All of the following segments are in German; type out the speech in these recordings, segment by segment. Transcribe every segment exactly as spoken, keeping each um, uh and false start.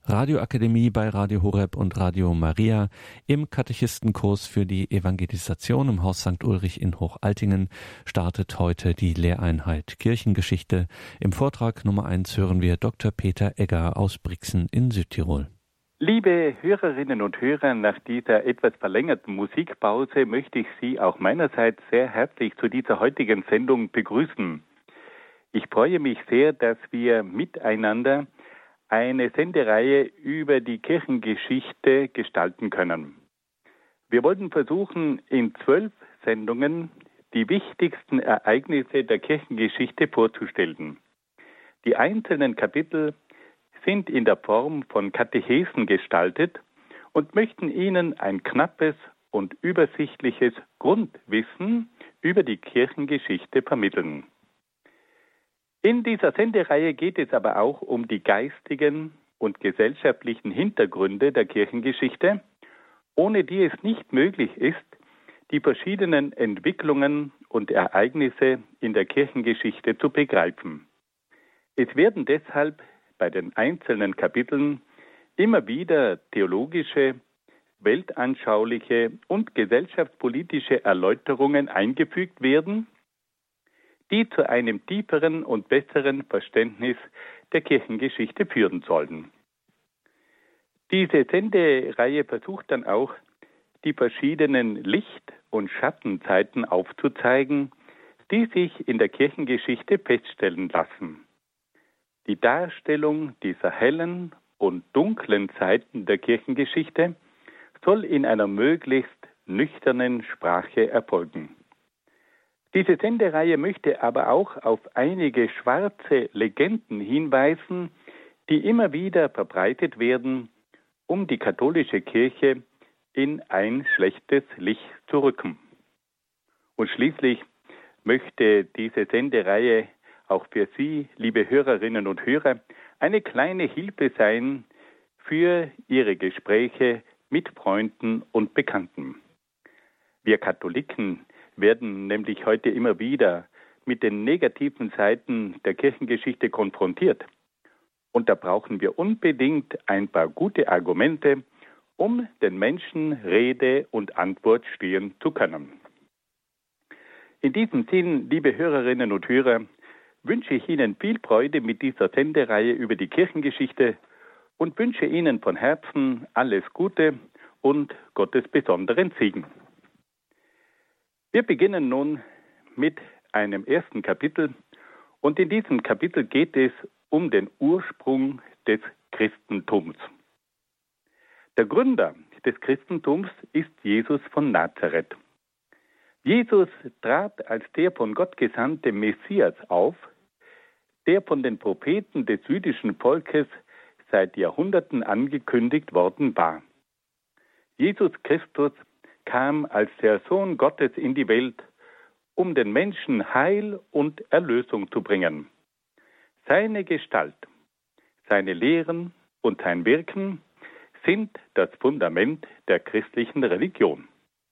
Radioakademie bei Radio Horeb und Radio Maria. Im Katechistenkurs für die Evangelisation im Haus Sankt Ulrich in Hochaltingen startet heute die Lehreinheit Kirchengeschichte. Im Vortrag Nummer eins hören wir Doktor Peter Egger aus Brixen in Südtirol. Liebe Hörerinnen und Hörer, nach dieser etwas verlängerten Musikpause möchte ich Sie auch meinerseits sehr herzlich zu dieser heutigen Sendung begrüßen. Ich freue mich sehr, dass wir miteinander eine Sendereihe über die Kirchengeschichte gestalten können. Wir wollten versuchen, in zwölf Sendungen die wichtigsten Ereignisse der Kirchengeschichte vorzustellen. Die einzelnen Kapitel sind in der Form von Katechesen gestaltet und möchten Ihnen ein knappes und übersichtliches Grundwissen über die Kirchengeschichte vermitteln. In dieser Sendereihe geht es aber auch um die geistigen und gesellschaftlichen Hintergründe der Kirchengeschichte, ohne die es nicht möglich ist, die verschiedenen Entwicklungen und Ereignisse in der Kirchengeschichte zu begreifen. Es werden deshalb bei den einzelnen Kapiteln immer wieder theologische, weltanschauliche und gesellschaftspolitische Erläuterungen eingefügt werden, die zu einem tieferen und besseren Verständnis der Kirchengeschichte führen sollen. Diese Sendereihe versucht dann auch, die verschiedenen Licht- und Schattenzeiten aufzuzeigen, die sich in der Kirchengeschichte feststellen lassen. Die Darstellung dieser hellen und dunklen Seiten der Kirchengeschichte soll in einer möglichst nüchternen Sprache erfolgen. Diese Sendereihe möchte aber auch auf einige schwarze Legenden hinweisen, die immer wieder verbreitet werden, um die katholische Kirche in ein schlechtes Licht zu rücken. Und schließlich möchte diese Sendereihe auch für Sie, liebe Hörerinnen und Hörer, eine kleine Hilfe sein für Ihre Gespräche mit Freunden und Bekannten. Wir Katholiken werden nämlich heute immer wieder mit den negativen Seiten der Kirchengeschichte konfrontiert. Und da brauchen wir unbedingt ein paar gute Argumente, um den Menschen Rede und Antwort stehen zu können. In diesem Sinn, liebe Hörerinnen und Hörer, wünsche ich Ihnen viel Freude mit dieser Sendereihe über die Kirchengeschichte und wünsche Ihnen von Herzen alles Gute und Gottes besonderen Segen. Wir beginnen nun mit einem ersten Kapitel und in diesem Kapitel geht es um den Ursprung des Christentums. Der Gründer des Christentums ist Jesus von Nazareth. Jesus trat als der von Gott gesandte Messias auf, der von den Propheten des jüdischen Volkes seit Jahrhunderten angekündigt worden war. Jesus Christus kam als der Sohn Gottes in die Welt, um den Menschen Heil und Erlösung zu bringen. Seine Gestalt, seine Lehren und sein Wirken sind das Fundament der christlichen Religion.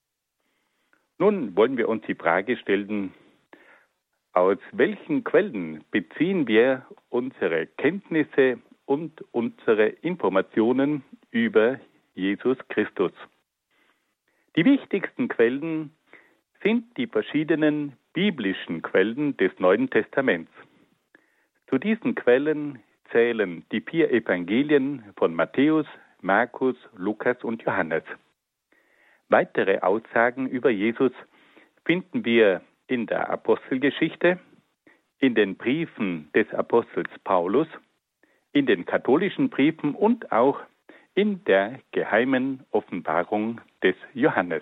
Nun wollen wir uns die Frage stellen, aus welchen Quellen beziehen wir unsere Kenntnisse und unsere Informationen über Jesus Christus? Die wichtigsten Quellen sind die verschiedenen biblischen Quellen des Neuen Testaments. Zu diesen Quellen zählen die vier Evangelien von Matthäus, Markus, Lukas und Johannes. Weitere Aussagen über Jesus finden wir in der Apostelgeschichte, in den Briefen des Apostels Paulus, in den katholischen Briefen und auch in der geheimen Offenbarung des Johannes.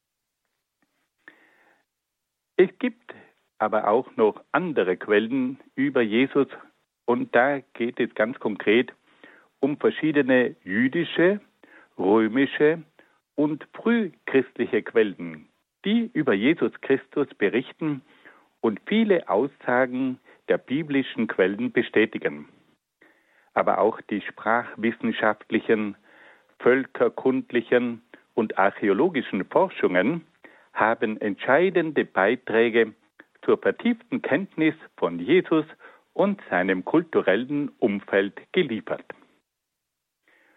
Es gibt aber auch noch andere Quellen über Jesus und da geht es ganz konkret um verschiedene jüdische, römische und frühchristliche Quellen, die über Jesus Christus berichten und viele Aussagen der biblischen Quellen bestätigen. Aber auch die sprachwissenschaftlichen, völkerkundlichen und archäologischen Forschungen haben entscheidende Beiträge zur vertieften Kenntnis von Jesus und seinem kulturellen Umfeld geliefert.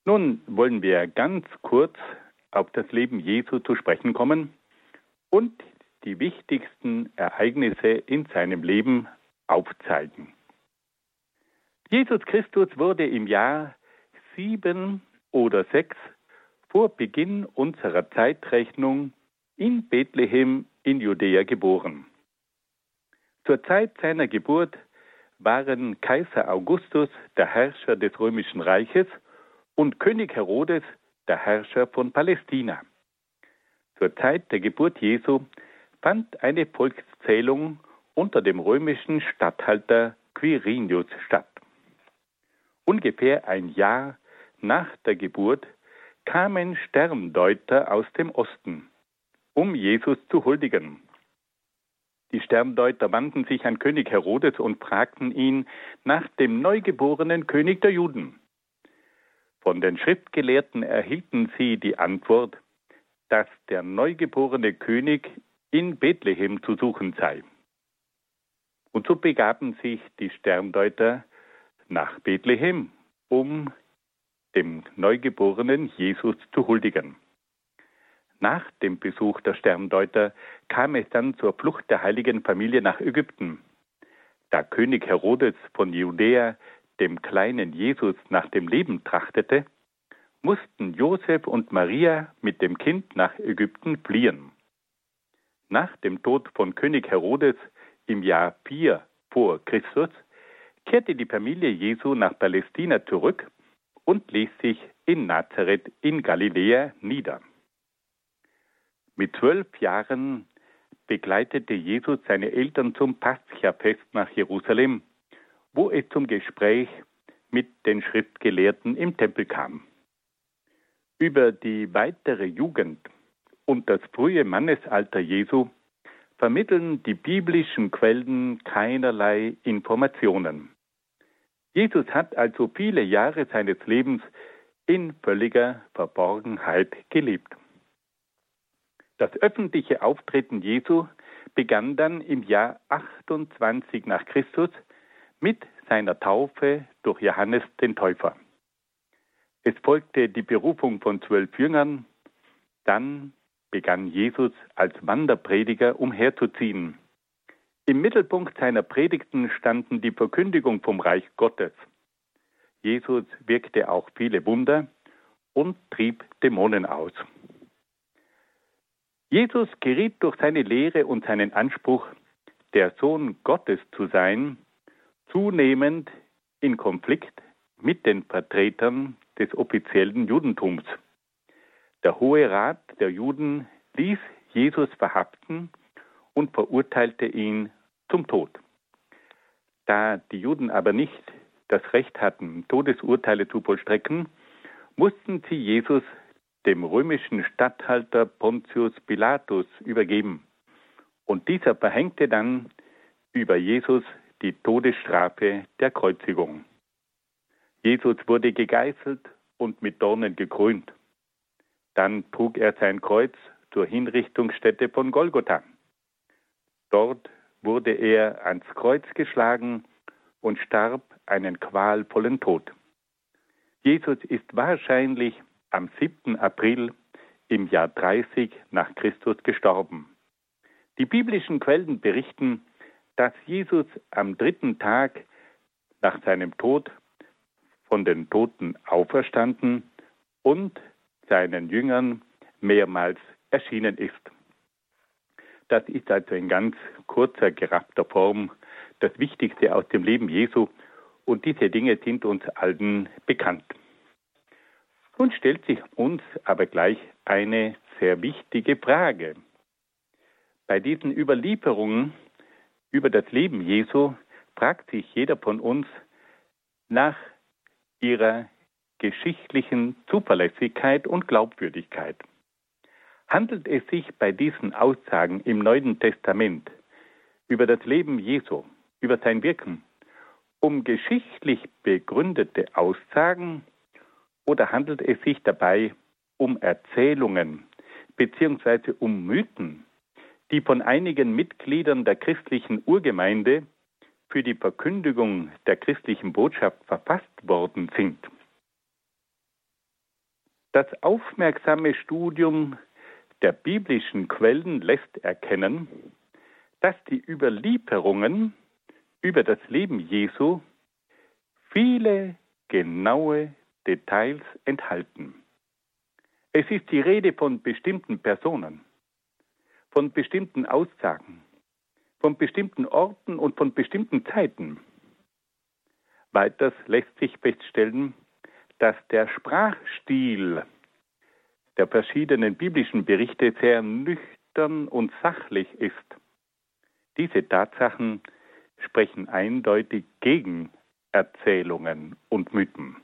Nun wollen wir ganz kurz auf das Leben Jesu zu sprechen kommen und die wichtigsten Ereignisse in seinem Leben aufzeigen. Jesus Christus wurde im Jahr sieben oder sechs vor Beginn unserer Zeitrechnung in Bethlehem in Judäa geboren. Zur Zeit seiner Geburt waren Kaiser Augustus der Herrscher des Römischen Reiches und König Herodes der Herrscher von Palästina. Zur Zeit der Geburt Jesu fand eine Volkszählung unter dem römischen Statthalter Quirinius statt. Ungefähr ein Jahr nach der Geburt kamen Sterndeuter aus dem Osten, um Jesus zu huldigen. Die Sterndeuter wandten sich an König Herodes und fragten ihn nach dem neugeborenen König der Juden. Von den Schriftgelehrten erhielten sie die Antwort, dass der neugeborene König in Bethlehem zu suchen sei. Und so begaben sich die Sterndeuter nach Bethlehem, um dem neugeborenen Jesus zu huldigen. Nach dem Besuch der Sterndeuter kam es dann zur Flucht der heiligen Familie nach Ägypten. Da König Herodes von Judäa dem kleinen Jesus nach dem Leben trachtete, mussten Josef und Maria mit dem Kind nach Ägypten fliehen. Nach dem Tod von König Herodes im Jahr vier vor Christus kehrte die Familie Jesu nach Palästina zurück und ließ sich in Nazareth in Galiläa nieder. Mit zwölf Jahren begleitete Jesus seine Eltern zum Pascha-Fest nach Jerusalem, wo es zum Gespräch mit den Schriftgelehrten im Tempel kam. Über die weitere Jugend und das frühe Mannesalter Jesu vermitteln die biblischen Quellen keinerlei Informationen. Jesus hat also viele Jahre seines Lebens in völliger Verborgenheit gelebt. Das öffentliche Auftreten Jesu begann dann im Jahr achtundzwanzig nach Christus mit seiner Taufe durch Johannes den Täufer. Es folgte die Berufung von zwölf Jüngern, dann begann Jesus als Wanderprediger umherzuziehen. Im Mittelpunkt seiner Predigten standen die Verkündigung vom Reich Gottes. Jesus wirkte auch viele Wunder und trieb Dämonen aus. Jesus geriet durch seine Lehre und seinen Anspruch, der Sohn Gottes zu sein, zunehmend in Konflikt mit den Vertretern des offiziellen Judentums. Der Hohe Rat der Juden ließ Jesus verhaften und verurteilte ihn zum Tod. Da die Juden aber nicht das Recht hatten, Todesurteile zu vollstrecken, mussten sie Jesus dem römischen Statthalter Pontius Pilatus übergeben. Und dieser verhängte dann über Jesus die Todesstrafe der Kreuzigung. Jesus wurde gegeißelt und mit Dornen gekrönt. Dann trug er sein Kreuz zur Hinrichtungsstätte von Golgotha. Dort wurde er ans Kreuz geschlagen und starb einen qualvollen Tod. Jesus ist wahrscheinlich am siebten April im Jahr dreißig nach Christus gestorben. Die biblischen Quellen berichten, dass Jesus am dritten Tag nach seinem Tod von den Toten auferstanden und seinen Jüngern mehrmals erschienen ist. Das ist also in ganz kurzer, geraffter Form das Wichtigste aus dem Leben Jesu und diese Dinge sind uns allen bekannt. Nun stellt sich uns aber gleich eine sehr wichtige Frage. Bei diesen Überlieferungen über das Leben Jesu fragt sich jeder von uns nach ihrer geschichtlichen Zuverlässigkeit und Glaubwürdigkeit. Handelt es sich bei diesen Aussagen im Neuen Testament über das Leben Jesu, über sein Wirken, um geschichtlich begründete Aussagen oder handelt es sich dabei um Erzählungen bzw. um Mythen, die von einigen Mitgliedern der christlichen Urgemeinde für die Verkündigung der christlichen Botschaft verfasst worden sind? Das aufmerksame Studium der biblischen Quellen lässt erkennen, dass die Überlieferungen über das Leben Jesu viele genaue Details enthalten. Es ist die Rede von bestimmten Personen, von bestimmten Aussagen, von bestimmten Orten und von bestimmten Zeiten. Weiters lässt sich feststellen, dass der Sprachstil der verschiedenen biblischen Berichte sehr nüchtern und sachlich ist. Diese Tatsachen sprechen eindeutig gegen Erzählungen und Mythen.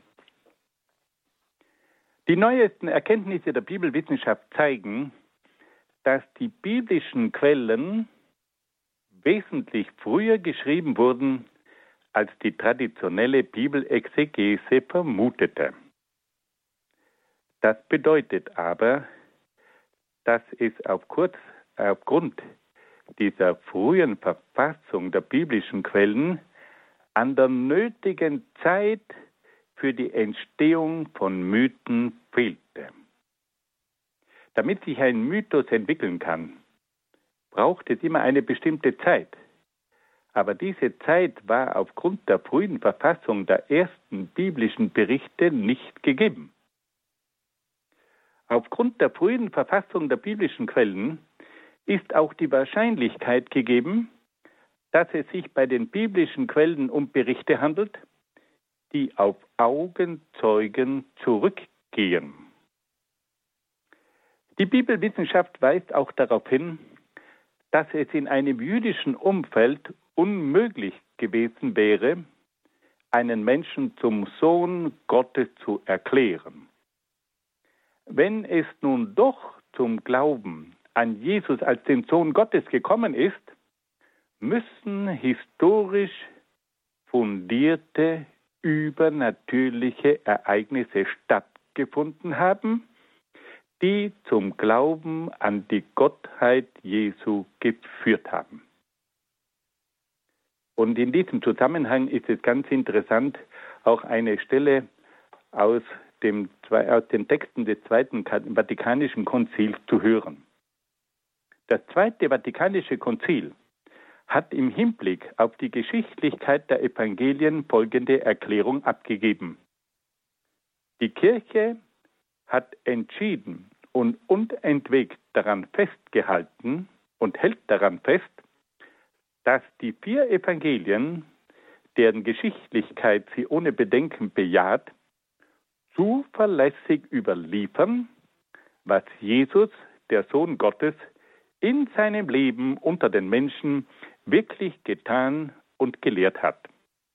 Die neuesten Erkenntnisse der Bibelwissenschaft zeigen, dass die biblischen Quellen wesentlich früher geschrieben wurden, als die traditionelle Bibelexegese vermutete. Das bedeutet aber, dass es auf kurz, aufgrund dieser frühen Verfassung der biblischen Quellen an der nötigen Zeit für die Entstehung von Mythen fehlte. Damit sich ein Mythos entwickeln kann, braucht es immer eine bestimmte Zeit. Aber diese Zeit war aufgrund der frühen Verfassung der ersten biblischen Berichte nicht gegeben. Aufgrund der frühen Verfassung der biblischen Quellen ist auch die Wahrscheinlichkeit gegeben, dass es sich bei den biblischen Quellen um Berichte handelt, die auf Augenzeugen zurückgehen. Die Bibelwissenschaft weist auch darauf hin, dass es in einem jüdischen Umfeld unmöglich gewesen wäre, einen Menschen zum Sohn Gottes zu erklären. Wenn es nun doch zum Glauben an Jesus als den Sohn Gottes gekommen ist, müssen historisch fundierte übernatürliche Ereignisse stattgefunden haben, die zum Glauben an die Gottheit Jesu geführt haben. Und in diesem Zusammenhang ist es ganz interessant, auch eine Stelle aus, dem, aus den Texten des Zweiten Vatikanischen Konzils zu hören. Das Zweite Vatikanische Konzil hat im Hinblick auf die Geschichtlichkeit der Evangelien folgende Erklärung abgegeben. Die Kirche hat entschieden und unentwegt daran festgehalten und hält daran fest, dass die vier Evangelien, deren Geschichtlichkeit sie ohne Bedenken bejaht, zuverlässig überliefern, was Jesus, der Sohn Gottes, in seinem Leben unter den Menschen wirklich getan und gelehrt hat.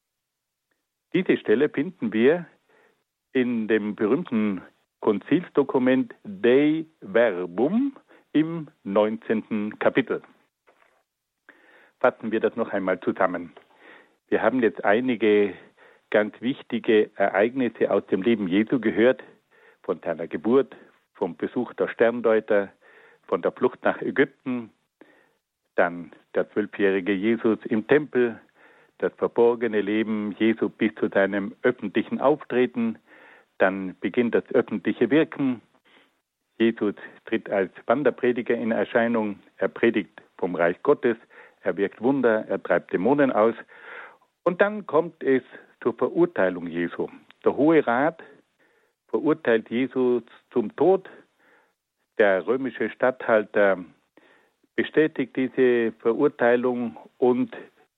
Diese Stelle finden wir in dem berühmten Konzilsdokument Dei Verbum im neunzehnten Kapitel. Fassen wir das noch einmal zusammen. Wir haben jetzt einige ganz wichtige Ereignisse aus dem Leben Jesu gehört, von seiner Geburt, vom Besuch der Sterndeuter, von der Flucht nach Ägypten, dann der zwölfjährige Jesus im Tempel, das verborgene Leben Jesu bis zu seinem öffentlichen Auftreten, dann beginnt das öffentliche Wirken. Jesus tritt als Wanderprediger in Erscheinung, er predigt vom Reich Gottes, er wirkt Wunder, er treibt Dämonen aus und dann kommt es zur Verurteilung Jesu. Der Hohe Rat verurteilt Jesus zum Tod. Der römische Statthalter bestätigt diese Verurteilung und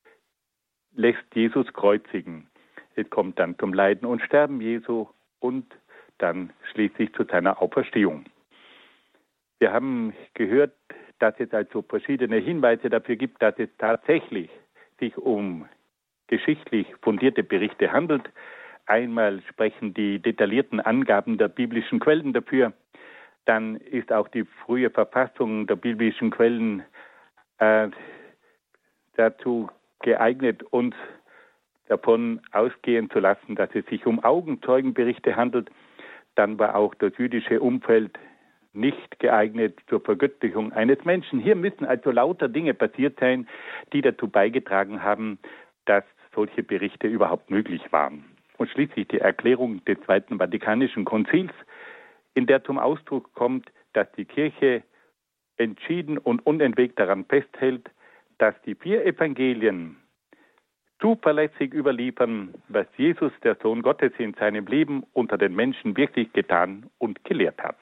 lässt Jesus kreuzigen. Es kommt dann zum Leiden und Sterben Jesu und dann schließlich zu seiner Auferstehung. Wir haben gehört, dass es also verschiedene Hinweise dafür gibt, dass es tatsächlich sich um geschichtlich fundierte Berichte handelt. Einmal sprechen die detaillierten Angaben der biblischen Quellen dafür. Dann ist auch die frühe Verfassung der biblischen Quellen äh, dazu geeignet, uns davon ausgehen zu lassen, dass es sich um Augenzeugenberichte handelt. Dann war auch das jüdische Umfeld nicht geeignet zur Vergöttlichung eines Menschen. Hier müssen also lauter Dinge passiert sein, die dazu beigetragen haben, dass solche Berichte überhaupt möglich waren. Und schließlich die Erklärung des Zweiten Vatikanischen Konzils in der zum Ausdruck kommt, dass die Kirche entschieden und unentwegt daran festhält, dass die vier Evangelien zuverlässig überliefern, was Jesus, der Sohn Gottes, in seinem Leben unter den Menschen wirklich getan und gelehrt hat.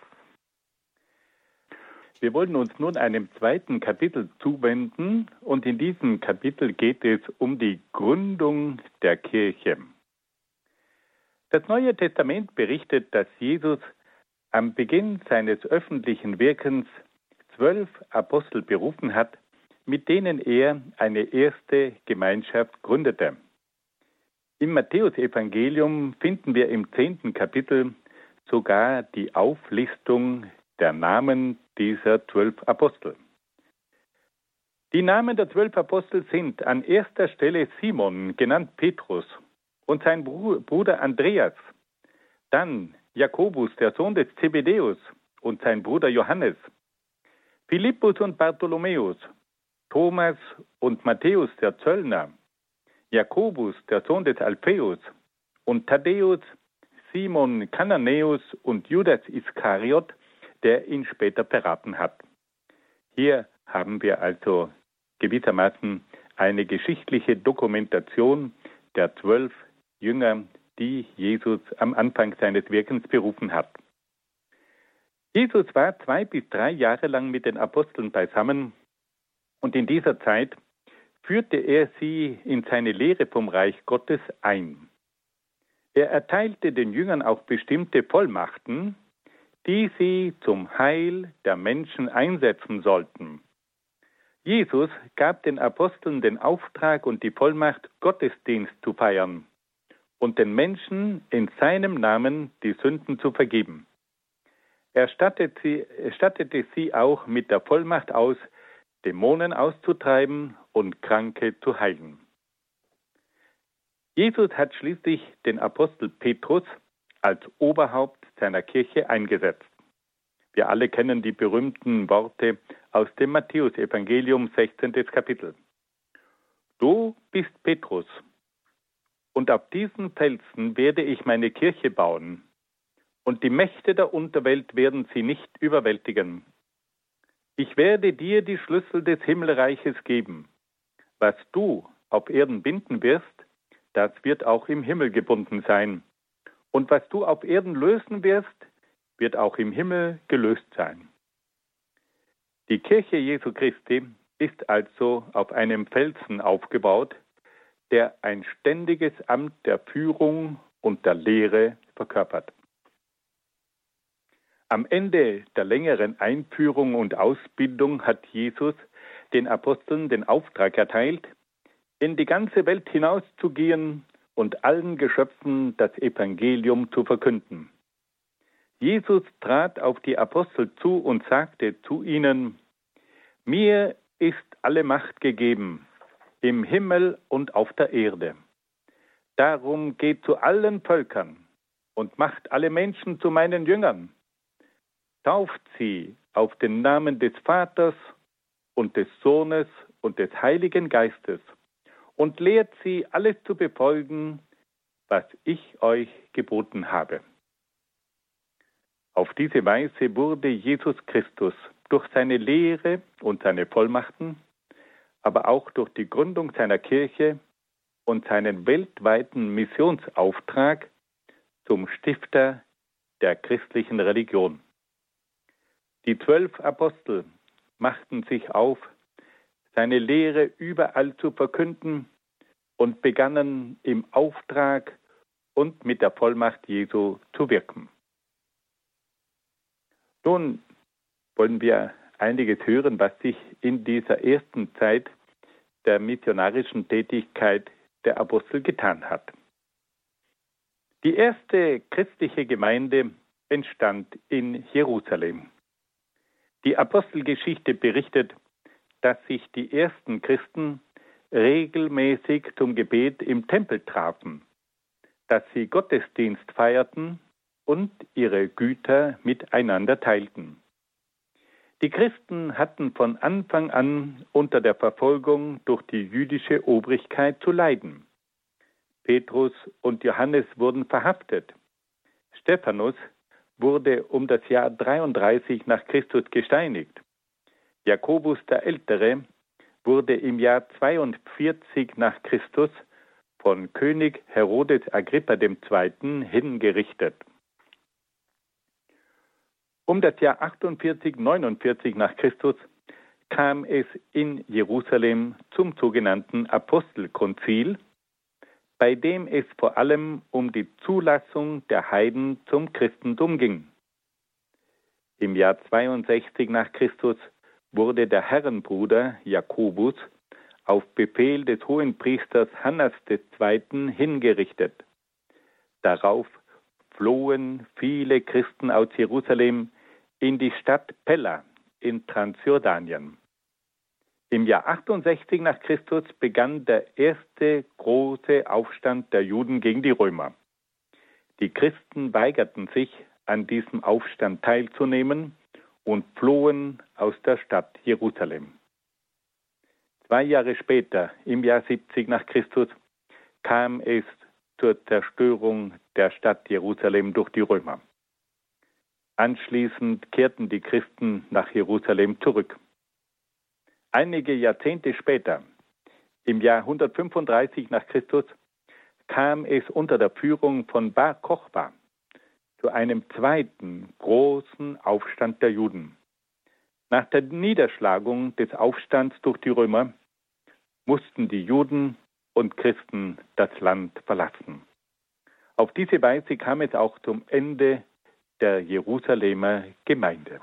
Wir wollen uns nun einem zweiten Kapitel zuwenden und in diesem Kapitel geht es um die Gründung der Kirche. Das Neue Testament berichtet, dass Jesus am Beginn seines öffentlichen Wirkens zwölf Apostel berufen hat, mit denen er eine erste Gemeinschaft gründete. Im Matthäusevangelium finden wir im zehnten Kapitel sogar die Auflistung der Namen dieser zwölf Apostel. Die Namen der zwölf Apostel sind an erster Stelle Simon, genannt Petrus, und sein Bruder Andreas, dann Jakobus, der Sohn des Zebedäus, und sein Bruder Johannes, Philippus und Bartholomäus, Thomas und Matthäus, der Zöllner, Jakobus, der Sohn des Alpheus, und Thaddäus, Simon Kananäus und Judas Iskariot, der ihn später verraten hat. Hier haben wir also gewissermaßen eine geschichtliche Dokumentation der zwölf Jünger, die Jesus am Anfang seines Wirkens berufen hat. Jesus war zwei bis drei Jahre lang mit den Aposteln beisammen und in dieser Zeit führte er sie in seine Lehre vom Reich Gottes ein. Er erteilte den Jüngern auch bestimmte Vollmachten, die sie zum Heil der Menschen einsetzen sollten. Jesus gab den Aposteln den Auftrag und die Vollmacht, Gottesdienst zu feiern und den Menschen in seinem Namen die Sünden zu vergeben. Er stattete sie, er stattete sie auch mit der Vollmacht aus, Dämonen auszutreiben und Kranke zu heilen. Jesus hat schließlich den Apostel Petrus als Oberhaupt seiner Kirche eingesetzt. Wir alle kennen die berühmten Worte aus dem Matthäusevangelium, sechzehntes Kapitel. Du bist Petrus, und auf diesen Felsen werde ich meine Kirche bauen, und die Mächte der Unterwelt werden sie nicht überwältigen. Ich werde dir die Schlüssel des Himmelreiches geben. Was du auf Erden binden wirst, das wird auch im Himmel gebunden sein. Und was du auf Erden lösen wirst, wird auch im Himmel gelöst sein. Die Kirche Jesu Christi ist also auf einem Felsen aufgebaut, der ein ständiges Amt der Führung und der Lehre verkörpert. Am Ende der längeren Einführung und Ausbildung hat Jesus den Aposteln den Auftrag erteilt, in die ganze Welt hinauszugehen und allen Geschöpfen das Evangelium zu verkünden. Jesus trat auf die Apostel zu und sagte zu ihnen: Mir ist alle Macht gegeben, im Himmel und auf der Erde. Darum geht zu allen Völkern und macht alle Menschen zu meinen Jüngern. Tauft sie auf den Namen des Vaters und des Sohnes und des Heiligen Geistes und lehrt sie, alles zu befolgen, was ich euch geboten habe. Auf diese Weise wurde Jesus Christus durch seine Lehre und seine Vollmachten, aber auch durch die Gründung seiner Kirche und seinen weltweiten Missionsauftrag zum Stifter der christlichen Religion. Die zwölf Apostel machten sich auf, seine Lehre überall zu verkünden und begannen im Auftrag und mit der Vollmacht Jesu zu wirken. Nun wollen wir einiges hören, was sich in dieser ersten Zeit der missionarischen Tätigkeit der Apostel getan hat. Die erste christliche Gemeinde entstand in Jerusalem. Die Apostelgeschichte berichtet, dass sich die ersten Christen regelmäßig zum Gebet im Tempel trafen, dass sie Gottesdienst feierten und ihre Güter miteinander teilten. Die Christen hatten von Anfang an unter der Verfolgung durch die jüdische Obrigkeit zu leiden. Petrus und Johannes wurden verhaftet. Stephanus wurde um das Jahr dreiunddreißig nach Christus gesteinigt. Jakobus der Ältere wurde im Jahr zweiundvierzig nach Christus von König Herodes Agrippa der Zweite hingerichtet. Um das Jahr achtundvierzig, neunundvierzig nach Christus kam es in Jerusalem zum sogenannten Apostelkonzil, bei dem es vor allem um die Zulassung der Heiden zum Christentum ging. Im Jahr zweiundsechzig nach Christus wurde der Herrenbruder Jakobus auf Befehl des Hohenpriesters Hannas des Zweiten hingerichtet. Darauf flohen viele Christen aus Jerusalem in die Stadt Pella in Transjordanien. Im Jahr achtundsechzig nach Christus begann der erste große Aufstand der Juden gegen die Römer. Die Christen weigerten sich, an diesem Aufstand teilzunehmen und flohen aus der Stadt Jerusalem. Zwei Jahre später, im Jahr siebzig nach Christus, kam es zur Zerstörung der Stadt Jerusalem durch die Römer. Anschließend kehrten die Christen nach Jerusalem zurück. Einige Jahrzehnte später, im Jahr hundertfünfunddreißig nach Christus, kam es unter der Führung von Bar Kochba zu einem zweiten großen Aufstand der Juden. Nach der Niederschlagung des Aufstands durch die Römer mussten die Juden und Christen das Land verlassen. Auf diese Weise kam es auch zum Ende der Jerusalemer Gemeinde.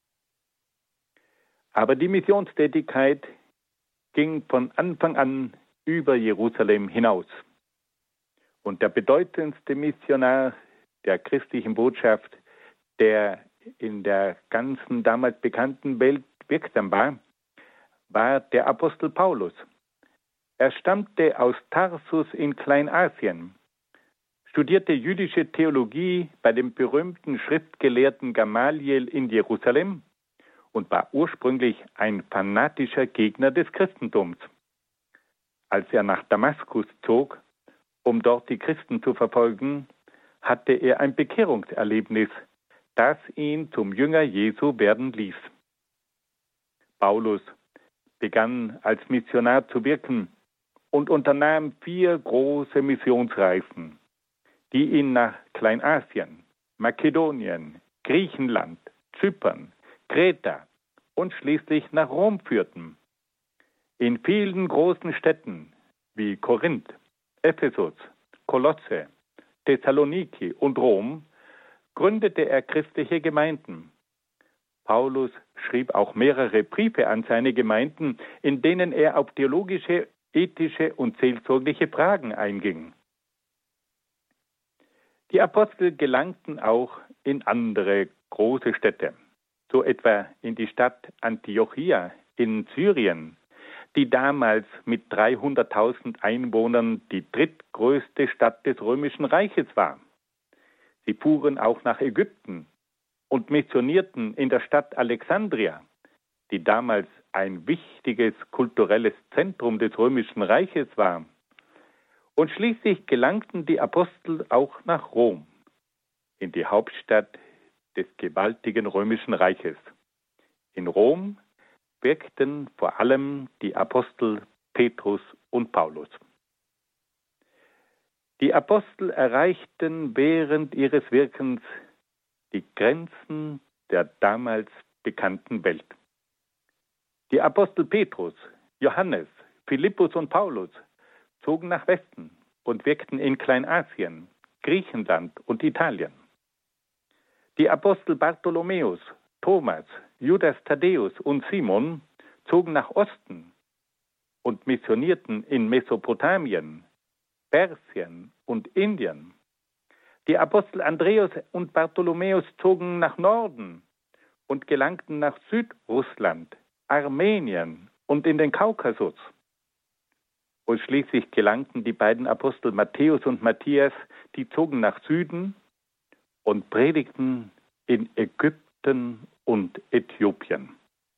Aber die Missionstätigkeit ging von Anfang an über Jerusalem hinaus. Und der bedeutendste Missionar der christlichen Botschaft, der in der ganzen damals bekannten Welt wirksam war, war der Apostel Paulus. Er stammte aus Tarsus in Kleinasien, studierte jüdische Theologie bei dem berühmten Schriftgelehrten Gamaliel in Jerusalem und war ursprünglich ein fanatischer Gegner des Christentums. Als er nach Damaskus zog, um dort die Christen zu verfolgen, hatte er ein Bekehrungserlebnis, das ihn zum Jünger Jesu werden ließ. Paulus begann als Missionar zu wirken und unternahm vier große Missionsreisen, die ihn nach Kleinasien, Makedonien, Griechenland, Zypern, Kreta und schließlich nach Rom führten. In vielen großen Städten wie Korinth, Ephesus, Kolosse, Thessaloniki und Rom gründete er christliche Gemeinden. Paulus schrieb auch mehrere Briefe an seine Gemeinden, in denen er auf theologische, ethische und seelsorgliche Fragen einging. Die Apostel gelangten auch in andere große Städte, so etwa in die Stadt Antiochia in Syrien, die damals mit dreihunderttausend Einwohnern die drittgrößte Stadt des Römischen Reiches war. Sie fuhren auch nach Ägypten und missionierten in der Stadt Alexandria, die damals ein wichtiges kulturelles Zentrum des Römischen Reiches war. Und schließlich gelangten die Apostel auch nach Rom, in die Hauptstadt des gewaltigen Römischen Reiches. In Rom wirkten vor allem die Apostel Petrus und Paulus. Die Apostel erreichten während ihres Wirkens die Grenzen der damals bekannten Welt. Die Apostel Petrus, Johannes, Philippus und Paulus zogen nach Westen und wirkten in Kleinasien, Griechenland und Italien. Die Apostel Bartholomäus, Thomas, Judas Thaddäus und Simon zogen nach Osten und missionierten in Mesopotamien, Persien und Indien. Die Apostel Andreas und Bartholomäus zogen nach Norden und gelangten nach Südrussland, Armenien und in den Kaukasus. Und schließlich gelangten die beiden Apostel Matthäus und Matthias, die zogen nach Süden und predigten in Ägypten und Äthiopien.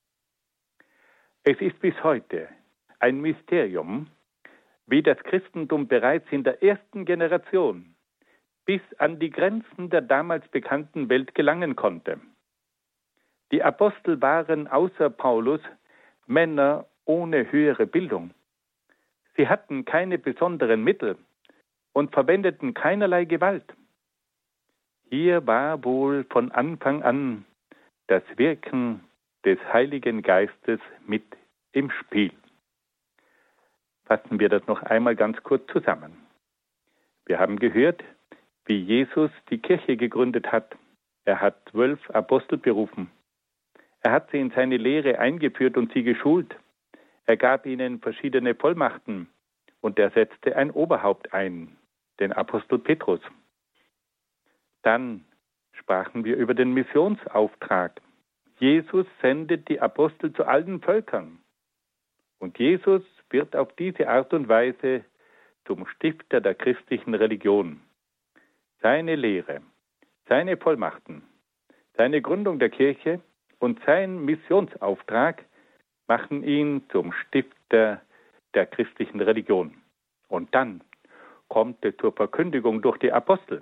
Es ist bis heute ein Mysterium, wie das Christentum bereits in der ersten Generation bis an die Grenzen der damals bekannten Welt gelangen konnte. Die Apostel waren außer Paulus Männer ohne höhere Bildung. Sie hatten keine besonderen Mittel und verwendeten keinerlei Gewalt. Hier war wohl von Anfang an das Wirken des Heiligen Geistes mit im Spiel. Fassen wir das noch einmal ganz kurz zusammen. Wir haben gehört, wie Jesus die Kirche gegründet hat. Er hat zwölf Apostel berufen. Er hat sie in seine Lehre eingeführt und sie geschult. Er gab ihnen verschiedene Vollmachten und er setzte ein Oberhaupt ein, den Apostel Petrus. Dann sprachen wir über den Missionsauftrag. Jesus sendet die Apostel zu allen Völkern. Und Jesus wird auf diese Art und Weise zum Stifter der christlichen Religion. Seine Lehre, seine Vollmachten, seine Gründung der Kirche und sein Missionsauftrag machen ihn zum Stifter der christlichen Religion. Und dann kommt es zur Verkündigung durch die Apostel.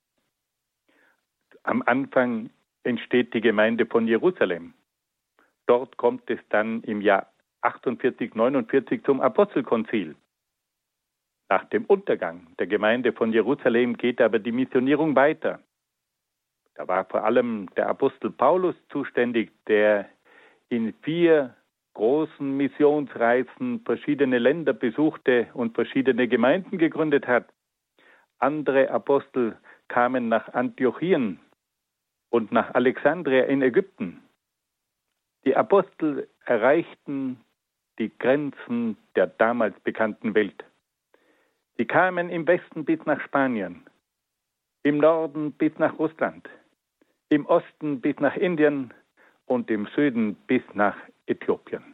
Am Anfang entsteht die Gemeinde von Jerusalem. Dort kommt es dann im Jahr achtundvierzig, neunundvierzig zum Apostelkonzil. Nach dem Untergang der Gemeinde von Jerusalem geht aber die Missionierung weiter. Da war vor allem der Apostel Paulus zuständig, der in vier großen Missionsreisen verschiedene Länder besuchte und verschiedene Gemeinden gegründet hat. Andere Apostel kamen nach Antiochien und nach Alexandria in Ägypten. Die Apostel erreichten die Grenzen der damals bekannten Welt. Sie kamen im Westen bis nach Spanien, im Norden bis nach Russland, im Osten bis nach Indien und im Süden bis nach Äthiopien.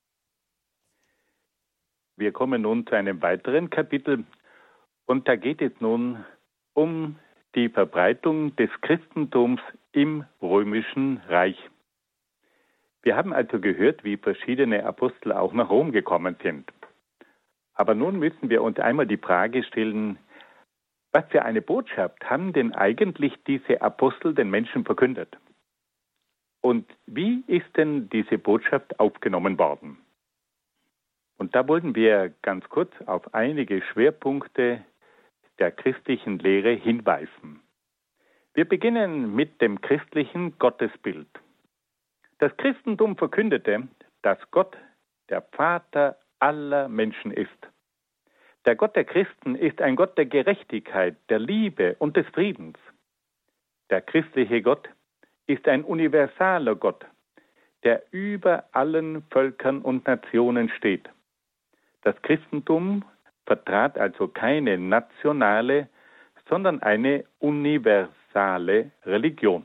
Wir kommen nun zu einem weiteren Kapitel und da geht es nun um die Verbreitung des Christentums im Römischen Reich. Wir haben also gehört, wie verschiedene Apostel auch nach Rom gekommen sind. Aber nun müssen wir uns einmal die Frage stellen, was für eine Botschaft haben denn eigentlich diese Apostel den Menschen verkündet? Und wie ist denn diese Botschaft aufgenommen worden? Und da wollen wir ganz kurz auf einige Schwerpunkte der christlichen Lehre hinweisen. Wir beginnen mit dem christlichen Gottesbild. Das Christentum verkündete, dass Gott der Vater aller Menschen ist. Der Gott der Christen ist ein Gott der Gerechtigkeit, der Liebe und des Friedens. Der christliche Gott ist ein universaler Gott, der über allen Völkern und Nationen steht. Das Christentum vertrat also keine nationale, sondern eine universale Religion.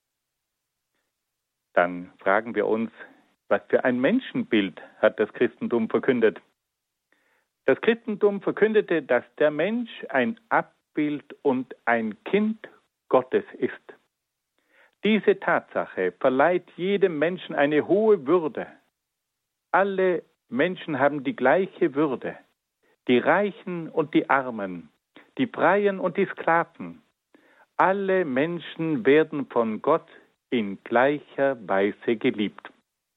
Dann fragen wir uns, was für ein Menschenbild hat das Christentum verkündet? Das Christentum verkündete, dass der Mensch ein Abbild und ein Kind Gottes ist. Diese Tatsache verleiht jedem Menschen eine hohe Würde. Alle Menschen haben die gleiche Würde. Die Reichen und die Armen, die Freien und die Sklaven. Alle Menschen werden von Gott in gleicher Weise geliebt.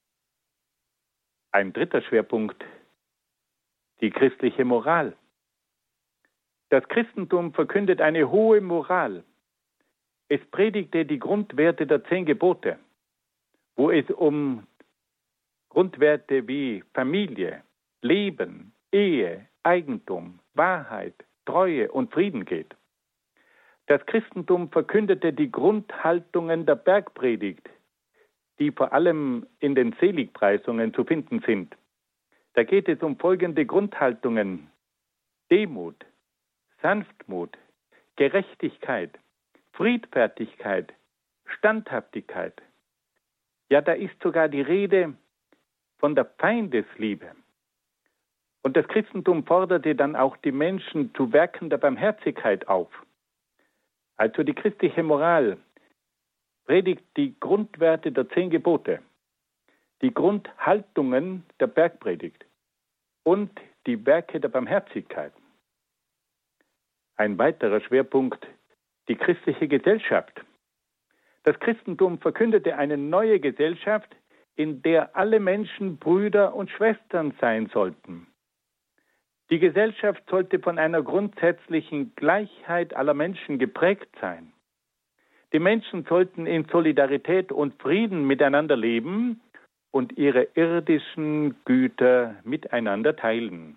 Ein dritter Schwerpunkt, die christliche Moral. Das Christentum verkündet eine hohe Moral. Es predigte die Grundwerte der zehn Gebote, wo es um Grundwerte wie Familie, Leben, Ehe, Eigentum, Wahrheit, Treue und Frieden geht. Das Christentum verkündete die Grundhaltungen der Bergpredigt, die vor allem in den Seligpreisungen zu finden sind. Da geht es um folgende Grundhaltungen: Demut, Sanftmut, Gerechtigkeit, Friedfertigkeit, Standhaftigkeit. Ja, da ist sogar die Rede von der Feindesliebe. Und das Christentum forderte dann auch die Menschen zu Werken der Barmherzigkeit auf. Also die christliche Moral predigt die Grundwerte der zehn Gebote, die Grundhaltungen der Bergpredigt und die Werke der Barmherzigkeit. Ein weiterer Schwerpunkt, die christliche Gesellschaft. Das Christentum verkündete eine neue Gesellschaft, in der alle Menschen Brüder und Schwestern sein sollten. Die Gesellschaft sollte von einer grundsätzlichen Gleichheit aller Menschen geprägt sein. Die Menschen sollten in Solidarität und Frieden miteinander leben und ihre irdischen Güter miteinander teilen.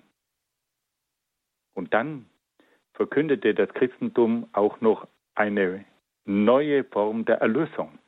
Und dann verkündete das Christentum auch noch eine neue Form der Erlösung.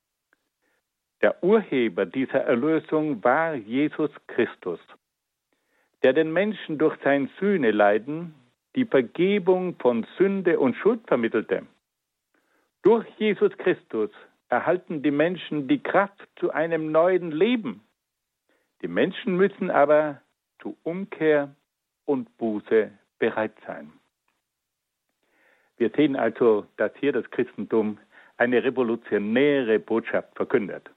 Der Urheber dieser Erlösung war Jesus Christus, der den Menschen durch sein Sühneleiden die Vergebung von Sünde und Schuld vermittelte. Durch Jesus Christus erhalten die Menschen die Kraft zu einem neuen Leben. Die Menschen müssen aber zu Umkehr und Buße bereit sein. Wir sehen also, dass hier das Christentum eine revolutionäre Botschaft verkündet.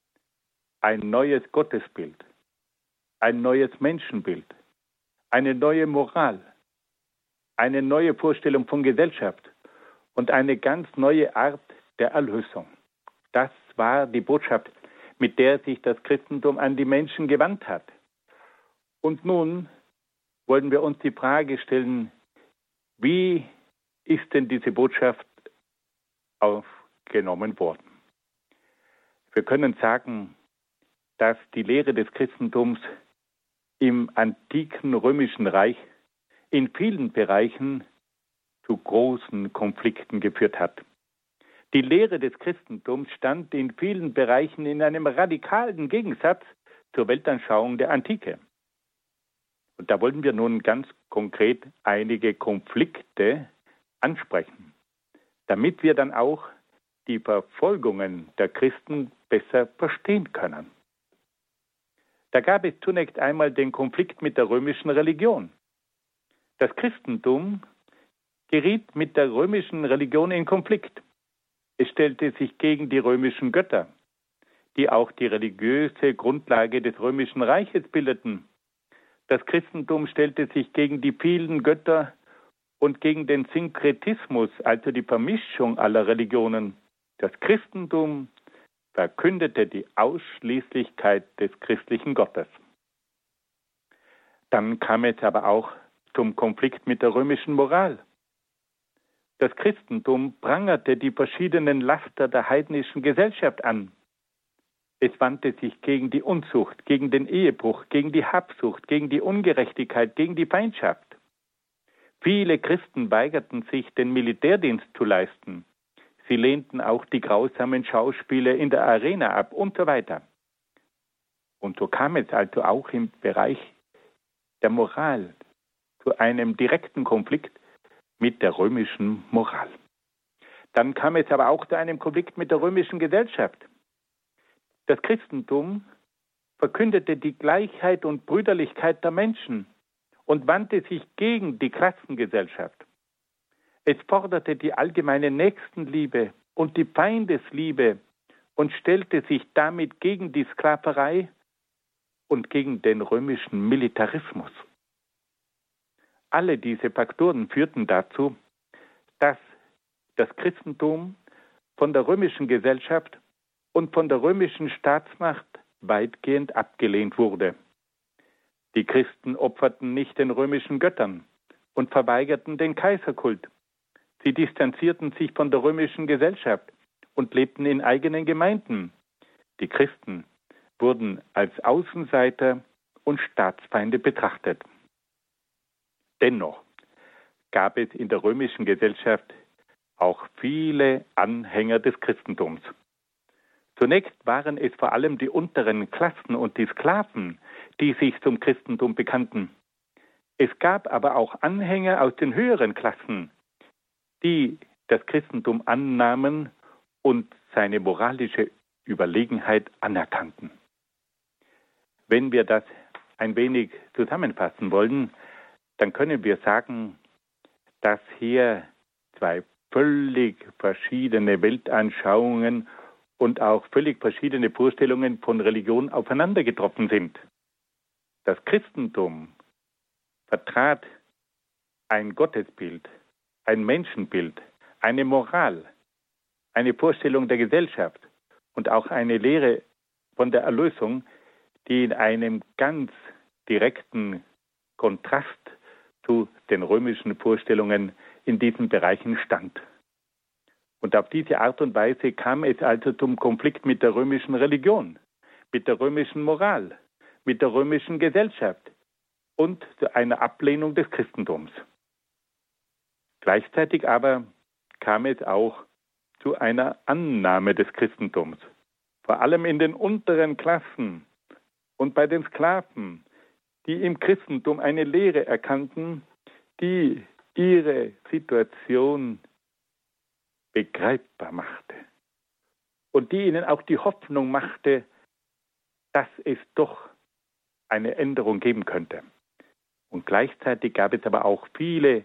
Ein neues Gottesbild, ein neues Menschenbild, eine neue Moral, eine neue Vorstellung von Gesellschaft und eine ganz neue Art der Erlösung. Das war die Botschaft, mit der sich das Christentum an die Menschen gewandt hat. Und nun wollen wir uns die Frage stellen, wie ist denn diese Botschaft aufgenommen worden? Wir können sagen, dass die Lehre des Christentums im antiken römischen Reich in vielen Bereichen zu großen Konflikten geführt hat. Die Lehre des Christentums stand in vielen Bereichen in einem radikalen Gegensatz zur Weltanschauung der Antike. Und da wollen wir nun ganz konkret einige Konflikte ansprechen, damit wir dann auch die Verfolgungen der Christen besser verstehen können. Da gab es zunächst einmal den Konflikt mit der römischen Religion. Das Christentum geriet mit der römischen Religion in Konflikt. Es stellte sich gegen die römischen Götter, die auch die religiöse Grundlage des römischen Reiches bildeten. Das Christentum stellte sich gegen die vielen Götter und gegen den Synkretismus, also die Vermischung aller Religionen. Das Christentum verkündete die Ausschließlichkeit des christlichen Gottes. Dann kam es aber auch zum Konflikt mit der römischen Moral. Das Christentum prangerte die verschiedenen Laster der heidnischen Gesellschaft an. Es wandte sich gegen die Unzucht, gegen den Ehebruch, gegen die Habsucht, gegen die Ungerechtigkeit, gegen die Feindschaft. Viele Christen weigerten sich, den Militärdienst zu leisten. Sie lehnten auch die grausamen Schauspiele in der Arena ab und so weiter. Und so kam es also auch im Bereich der Moral zu einem direkten Konflikt mit der römischen Moral. Dann kam es aber auch zu einem Konflikt mit der römischen Gesellschaft. Das Christentum verkündete die Gleichheit und Brüderlichkeit der Menschen und wandte sich gegen die Klassengesellschaft. Es forderte die allgemeine Nächstenliebe und die Feindesliebe und stellte sich damit gegen die Sklaverei und gegen den römischen Militarismus. Alle diese Faktoren führten dazu, dass das Christentum von der römischen Gesellschaft und von der römischen Staatsmacht weitgehend abgelehnt wurde. Die Christen opferten nicht den römischen Göttern und verweigerten den Kaiserkult. Sie distanzierten sich von der römischen Gesellschaft und lebten in eigenen Gemeinden. Die Christen wurden als Außenseiter und Staatsfeinde betrachtet. Dennoch gab es in der römischen Gesellschaft auch viele Anhänger des Christentums. Zunächst waren es vor allem die unteren Klassen und die Sklaven, die sich zum Christentum bekannten. Es gab aber auch Anhänger aus den höheren Klassen, die das Christentum annahmen und seine moralische Überlegenheit anerkannten. Wenn wir das ein wenig zusammenfassen wollen, dann können wir sagen, dass hier zwei völlig verschiedene Weltanschauungen und auch völlig verschiedene Vorstellungen von Religion aufeinander getroffen sind. Das Christentum vertrat ein Gottesbild, ein Menschenbild, eine Moral, eine Vorstellung der Gesellschaft und auch eine Lehre von der Erlösung, die in einem ganz direkten Kontrast zu den römischen Vorstellungen in diesen Bereichen stand. Und auf diese Art und Weise kam es also zum Konflikt mit der römischen Religion, mit der römischen Moral, mit der römischen Gesellschaft und zu einer Ablehnung des Christentums. Gleichzeitig aber kam es auch zu einer Annahme des Christentums, vor allem in den unteren Klassen und bei den Sklaven, die im Christentum eine Lehre erkannten, die ihre Situation begreifbar machte und die ihnen auch die Hoffnung machte, dass es doch eine Änderung geben könnte. Und gleichzeitig gab es aber auch viele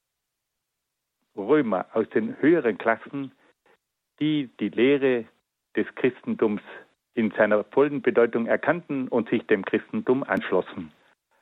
Römer aus den höheren Klassen, die die Lehre des Christentums in seiner vollen Bedeutung erkannten und sich dem Christentum anschlossen.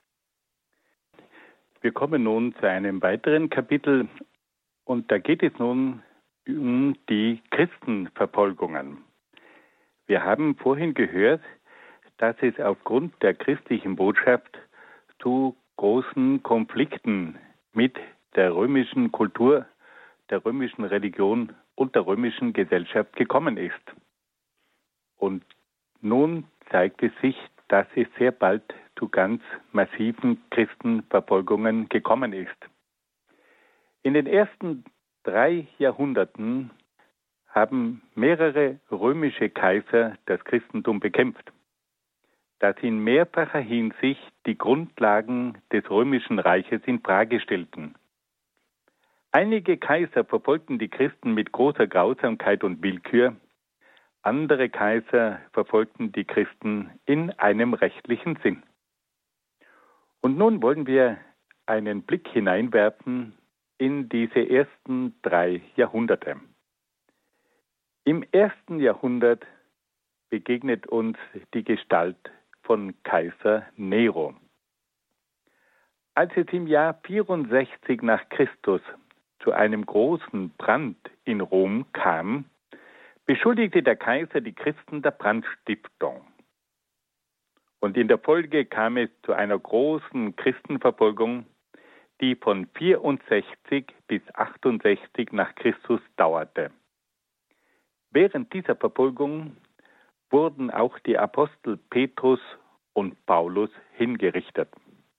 Wir kommen nun zu einem weiteren Kapitel und da geht es nun um die Christenverfolgungen. Wir haben vorhin gehört, dass es aufgrund der christlichen Botschaft zu großen Konflikten mit der römischen Kultur, der römischen Religion und der römischen Gesellschaft gekommen ist. Und nun zeigt es sich, dass es sehr bald zu ganz massiven Christenverfolgungen gekommen ist. In den ersten drei Jahrhunderten haben mehrere römische Kaiser das Christentum bekämpft, da sie in mehrfacher Hinsicht die Grundlagen des römischen Reiches in Frage stellten. Einige Kaiser verfolgten die Christen mit großer Grausamkeit und Willkür, andere Kaiser verfolgten die Christen in einem rechtlichen Sinn. Und nun wollen wir einen Blick hineinwerfen in diese ersten drei Jahrhunderte. Im ersten Jahrhundert begegnet uns die Gestalt von Kaiser Nero. Als es im Jahr vierundsechzig nach Christus zu einem großen Brand in Rom kam, beschuldigte der Kaiser die Christen der Brandstiftung. Und in der Folge kam es zu einer großen Christenverfolgung, die von vierundsechzig bis achtundsechzig nach Christus dauerte. Während dieser Verfolgung wurden auch die Apostel Petrus und Paulus hingerichtet.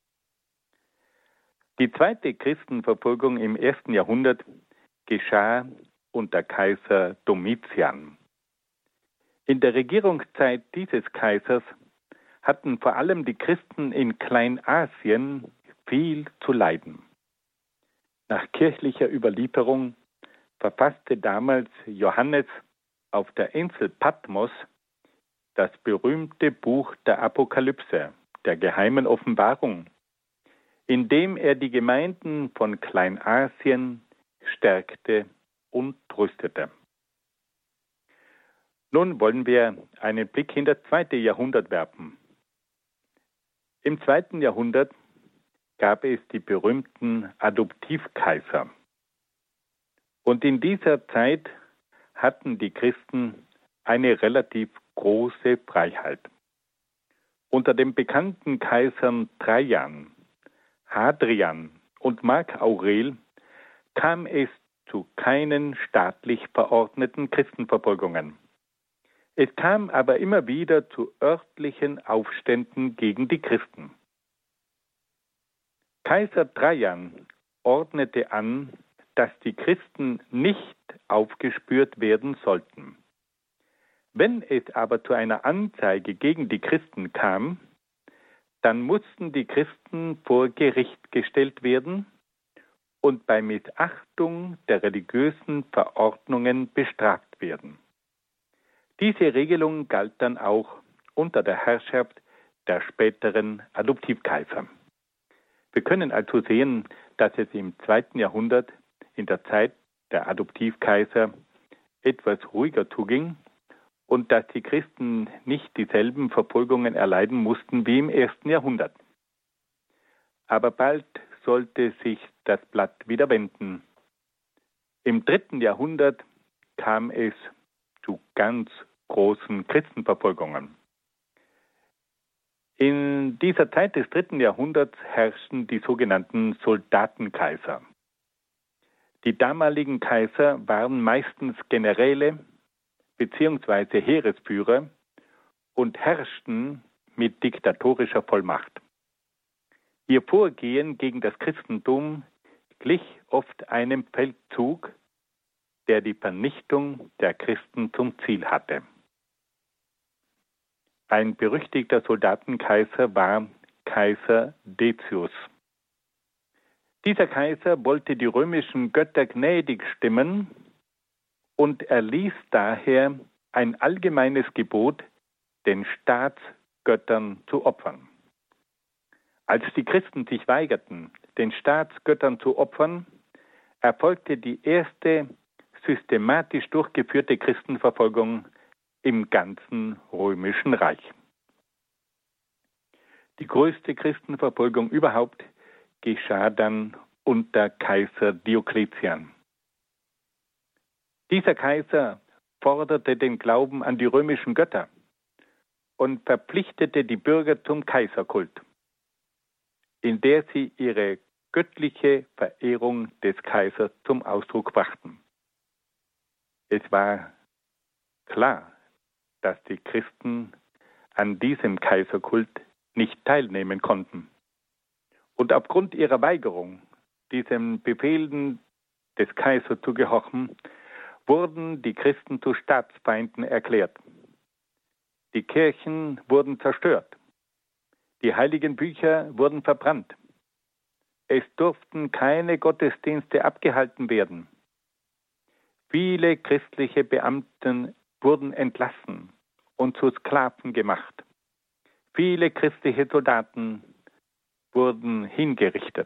Die zweite Christenverfolgung im ersten Jahrhundert geschah unter Kaiser Domitian. In der Regierungszeit dieses Kaisers hatten vor allem die Christen in Kleinasien viel zu leiden. Nach kirchlicher Überlieferung verfasste damals Johannes auf der Insel Patmos das berühmte Buch der Apokalypse, der geheimen Offenbarung, in dem er die Gemeinden von Kleinasien stärkte und tröstete. Nun wollen wir einen Blick in das zweite Jahrhundert werfen. Im zweiten Jahrhundert gab es die berühmten Adoptivkaiser. Und in dieser Zeit hatten die Christen eine relativ große Freiheit. Unter den bekannten Kaisern Trajan, Hadrian und Mark Aurel kam es zu keinen staatlich verordneten Christenverfolgungen. Es kam aber immer wieder zu örtlichen Aufständen gegen die Christen. Kaiser Trajan ordnete an, dass die Christen nicht aufgespürt werden sollten. Wenn es aber zu einer Anzeige gegen die Christen kam, dann mussten die Christen vor Gericht gestellt werden und bei Missachtung der religiösen Verordnungen bestraft werden. Diese Regelung galt dann auch unter der Herrschaft der späteren Adoptivkaiser. Wir können also sehen, dass es im zweiten Jahrhundert in der Zeit der Adoptivkaiser etwas ruhiger zuging und dass die Christen nicht dieselben Verfolgungen erleiden mussten wie im ersten Jahrhundert. Aber bald sollte sich das Blatt wieder wenden. Im dritten Jahrhundert kam es zu ganz großen Christenverfolgungen. In dieser Zeit des dritten Jahrhunderts herrschten die sogenannten Soldatenkaiser. Die damaligen Kaiser waren meistens Generäle bzw. Heeresführer und herrschten mit diktatorischer Vollmacht. Ihr Vorgehen gegen das Christentum glich oft einem Feldzug, der die Vernichtung der Christen zum Ziel hatte. Ein berüchtigter Soldatenkaiser war Kaiser Decius. Dieser Kaiser wollte die römischen Götter gnädig stimmen und erließ daher ein allgemeines Gebot, den Staatsgöttern zu opfern. Als die Christen sich weigerten, den Staatsgöttern zu opfern, erfolgte die erste systematisch durchgeführte Christenverfolgung im ganzen römischen Reich. Die größte Christenverfolgung überhaupt geschah dann unter Kaiser Diokletian. Dieser Kaiser forderte den Glauben an die römischen Götter und verpflichtete die Bürger zum Kaiserkult, in der sie ihre göttliche Verehrung des Kaisers zum Ausdruck brachten. Es war klar, dass die Christen an diesem Kaiserkult nicht teilnehmen konnten. Und aufgrund ihrer Weigerung, diesen Befehlen des Kaisers zu gehorchen, wurden die Christen zu Staatsfeinden erklärt. Die Kirchen wurden zerstört. Die heiligen Bücher wurden verbrannt. Es durften keine Gottesdienste abgehalten werden. Viele christliche Beamten wurden entlassen und zu Sklaven gemacht. Viele christliche Soldaten wurden hingerichtet.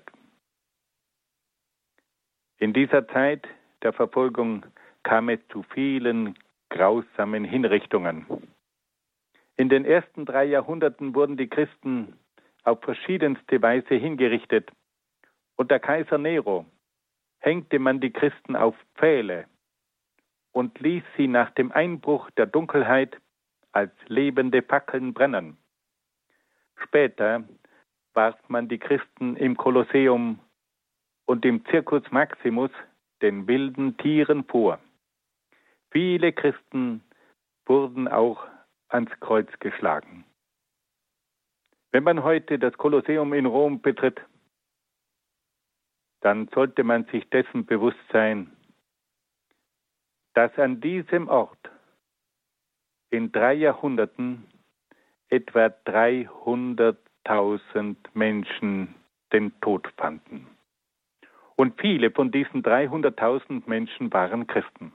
In dieser Zeit der Verfolgung kam es zu vielen grausamen Hinrichtungen. In den ersten drei Jahrhunderten wurden die Christen auf verschiedenste Weise hingerichtet. Unter Kaiser Nero hängte man die Christen auf Pfähle und ließ sie nach dem Einbruch der Dunkelheit als lebende Fackeln brennen. Später warf man die Christen im Kolosseum und im Circus Maximus den wilden Tieren vor. Viele Christen wurden auch ans Kreuz geschlagen. Wenn man heute das Kolosseum in Rom betritt, dann sollte man sich dessen bewusst sein, dass an diesem Ort in drei Jahrhunderten etwa dreihunderttausend Menschen den Tod fanden. Und viele von diesen dreihunderttausend Menschen waren Christen.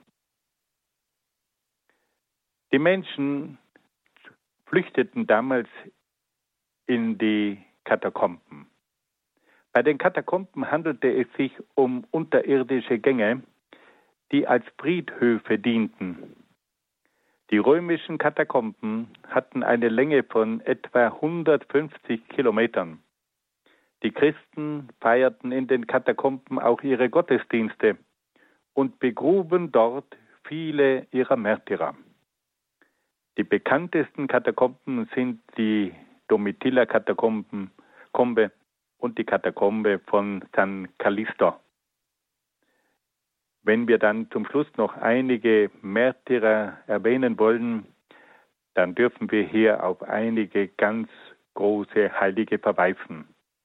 Die Menschen flüchteten damals in die Katakomben. Bei den Katakomben handelte es sich um unterirdische Gänge, die als Friedhöfe dienten. Die römischen Katakomben hatten eine Länge von etwa hundertfünfzig Kilometern. Die Christen feierten in den Katakomben auch ihre Gottesdienste und begruben dort viele ihrer Märtyrer. Die bekanntesten Katakomben sind die Domitilla-Katakomben Kombe und die Katakombe von San Callisto. Wenn wir dann zum Schluss noch einige Märtyrer erwähnen wollen, dann dürfen wir hier auf einige ganz große Heilige verweisen.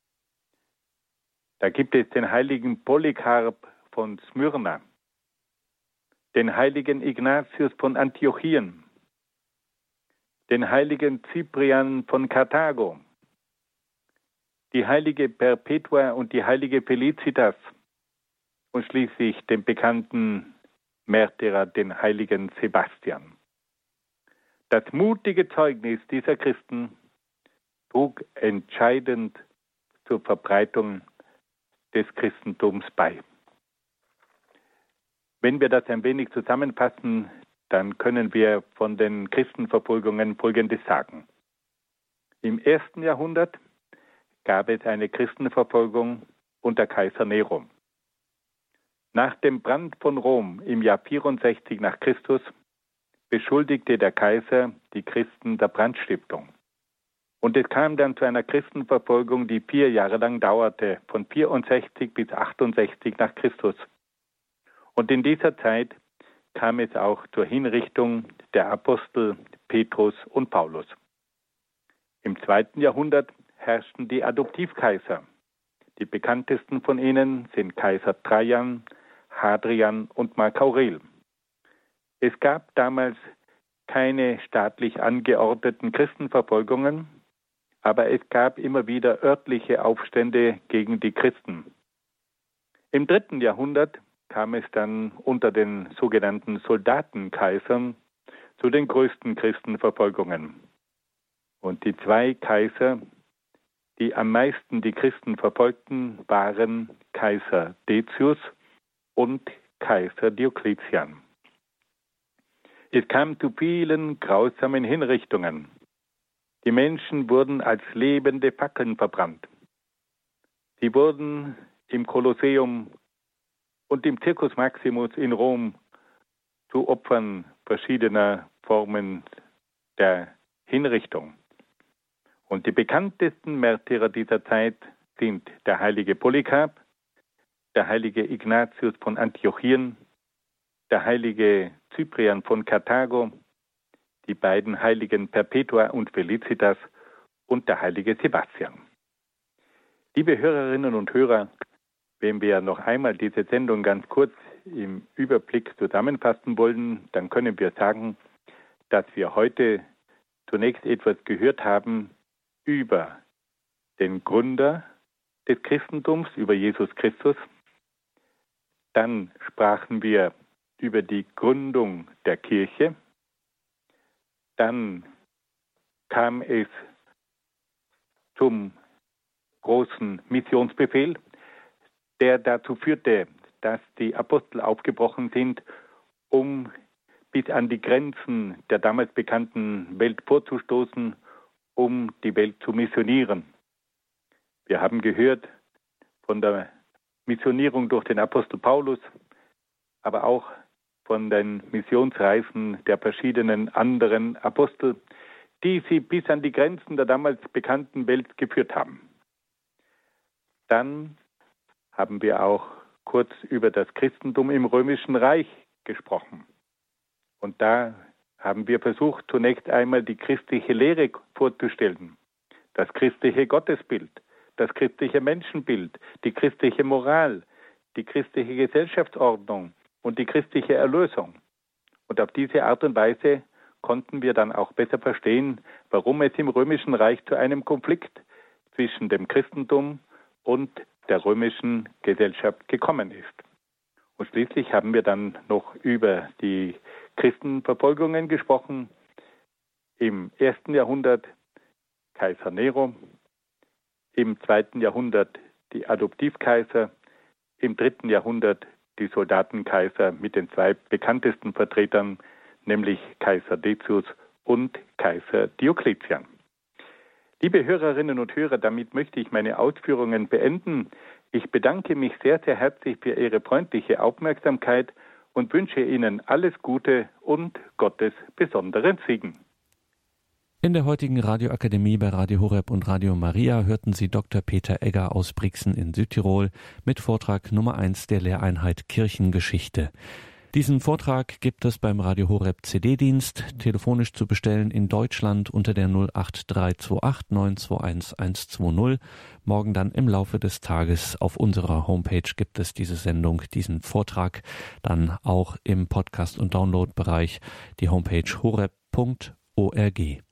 Da gibt es den heiligen Polycarp von Smyrna, den heiligen Ignatius von Antiochien, den heiligen Cyprian von Karthago, die heilige Perpetua und die heilige Felicitas und schließlich den bekannten Märtyrer, den heiligen Sebastian. Das mutige Zeugnis dieser Christen trug entscheidend zur Verbreitung des Christentums bei. Wenn wir das ein wenig zusammenfassen, dann können wir von den Christenverfolgungen Folgendes sagen. Im ersten Jahrhundert gab es eine Christenverfolgung unter Kaiser Nero. Nach dem Brand von Rom im Jahr vierundsechzig nach Christus beschuldigte der Kaiser die Christen der Brandstiftung. Und es kam dann zu einer Christenverfolgung, die vier Jahre lang dauerte, von vierundsechzig bis achtundsechzig nach Christus. Und in dieser Zeit kam es auch zur Hinrichtung der Apostel Petrus und Paulus. Im zweiten Jahrhundert herrschten die Adoptivkaiser. Die bekanntesten von ihnen sind Kaiser Trajan, Hadrian und Mark Aurel. Es gab damals keine staatlich angeordneten Christenverfolgungen, aber es gab immer wieder örtliche Aufstände gegen die Christen. Im dritten Jahrhundert kam es dann unter den sogenannten Soldatenkaisern zu den größten Christenverfolgungen. Und die zwei Kaiser, die am meisten die Christen verfolgten, waren Kaiser Decius und Kaiser Diokletian. Es kam zu vielen grausamen Hinrichtungen. Die Menschen wurden als lebende Fackeln verbrannt. Sie wurden im Kolosseum und im Circus Maximus in Rom zu Opfern verschiedener Formen der Hinrichtung. Und die bekanntesten Märtyrer dieser Zeit sind der heilige Polycarp, der heilige Ignatius von Antiochien, der heilige Cyprian von Karthago, die beiden heiligen Perpetua und Felicitas und der heilige Sebastian. Liebe Hörerinnen und Hörer, wenn wir noch einmal diese Sendung ganz kurz im Überblick zusammenfassen wollen, dann können wir sagen, dass wir heute zunächst etwas gehört haben über den Gründer des Christentums, über Jesus Christus. Dann sprachen wir über die Gründung der Kirche. Dann kam es zum großen Missionsbefehl, der dazu führte, dass die Apostel aufgebrochen sind, um bis an die Grenzen der damals bekannten Welt vorzustoßen, um die Welt zu missionieren. Wir haben gehört von der Missionierung durch den Apostel Paulus, aber auch von den Missionsreisen der verschiedenen anderen Apostel, die sie bis an die Grenzen der damals bekannten Welt geführt haben. Dann haben wir auch kurz über das Christentum im Römischen Reich gesprochen. Und da haben wir versucht, zunächst einmal die christliche Lehre vorzustellen, das christliche Gottesbild, das christliche Menschenbild, die christliche Moral, die christliche Gesellschaftsordnung und die christliche Erlösung. Und auf diese Art und Weise konnten wir dann auch besser verstehen, warum es im Römischen Reich zu einem Konflikt zwischen dem Christentum und der römischen Gesellschaft gekommen ist. Und schließlich haben wir dann noch über die Christenverfolgungen gesprochen. Im ersten Jahrhundert Kaiser Nero, im zweiten Jahrhundert die Adoptivkaiser, im dritten Jahrhundert die Soldatenkaiser mit den zwei bekanntesten Vertretern, nämlich Kaiser Decius und Kaiser Diokletian. Liebe Hörerinnen und Hörer, damit möchte ich meine Ausführungen beenden. Ich bedanke mich sehr, sehr herzlich für Ihre freundliche Aufmerksamkeit und wünsche Ihnen alles Gute und Gottes besonderen Segen. In der heutigen Radioakademie bei Radio Horeb und Radio Maria hörten Sie Doktor Peter Egger aus Brixen in Südtirol mit Vortrag Nummer eins der Lehreinheit Kirchengeschichte. Diesen Vortrag gibt es beim Radio Horeb C D-Dienst, telefonisch zu bestellen in Deutschland unter der null acht drei zwei acht neun zwei eins eins zwei null. Morgen dann im Laufe des Tages auf unserer Homepage gibt es diese Sendung, diesen Vortrag, dann auch im Podcast- und Download-Bereich, die Homepage horeb punkt org.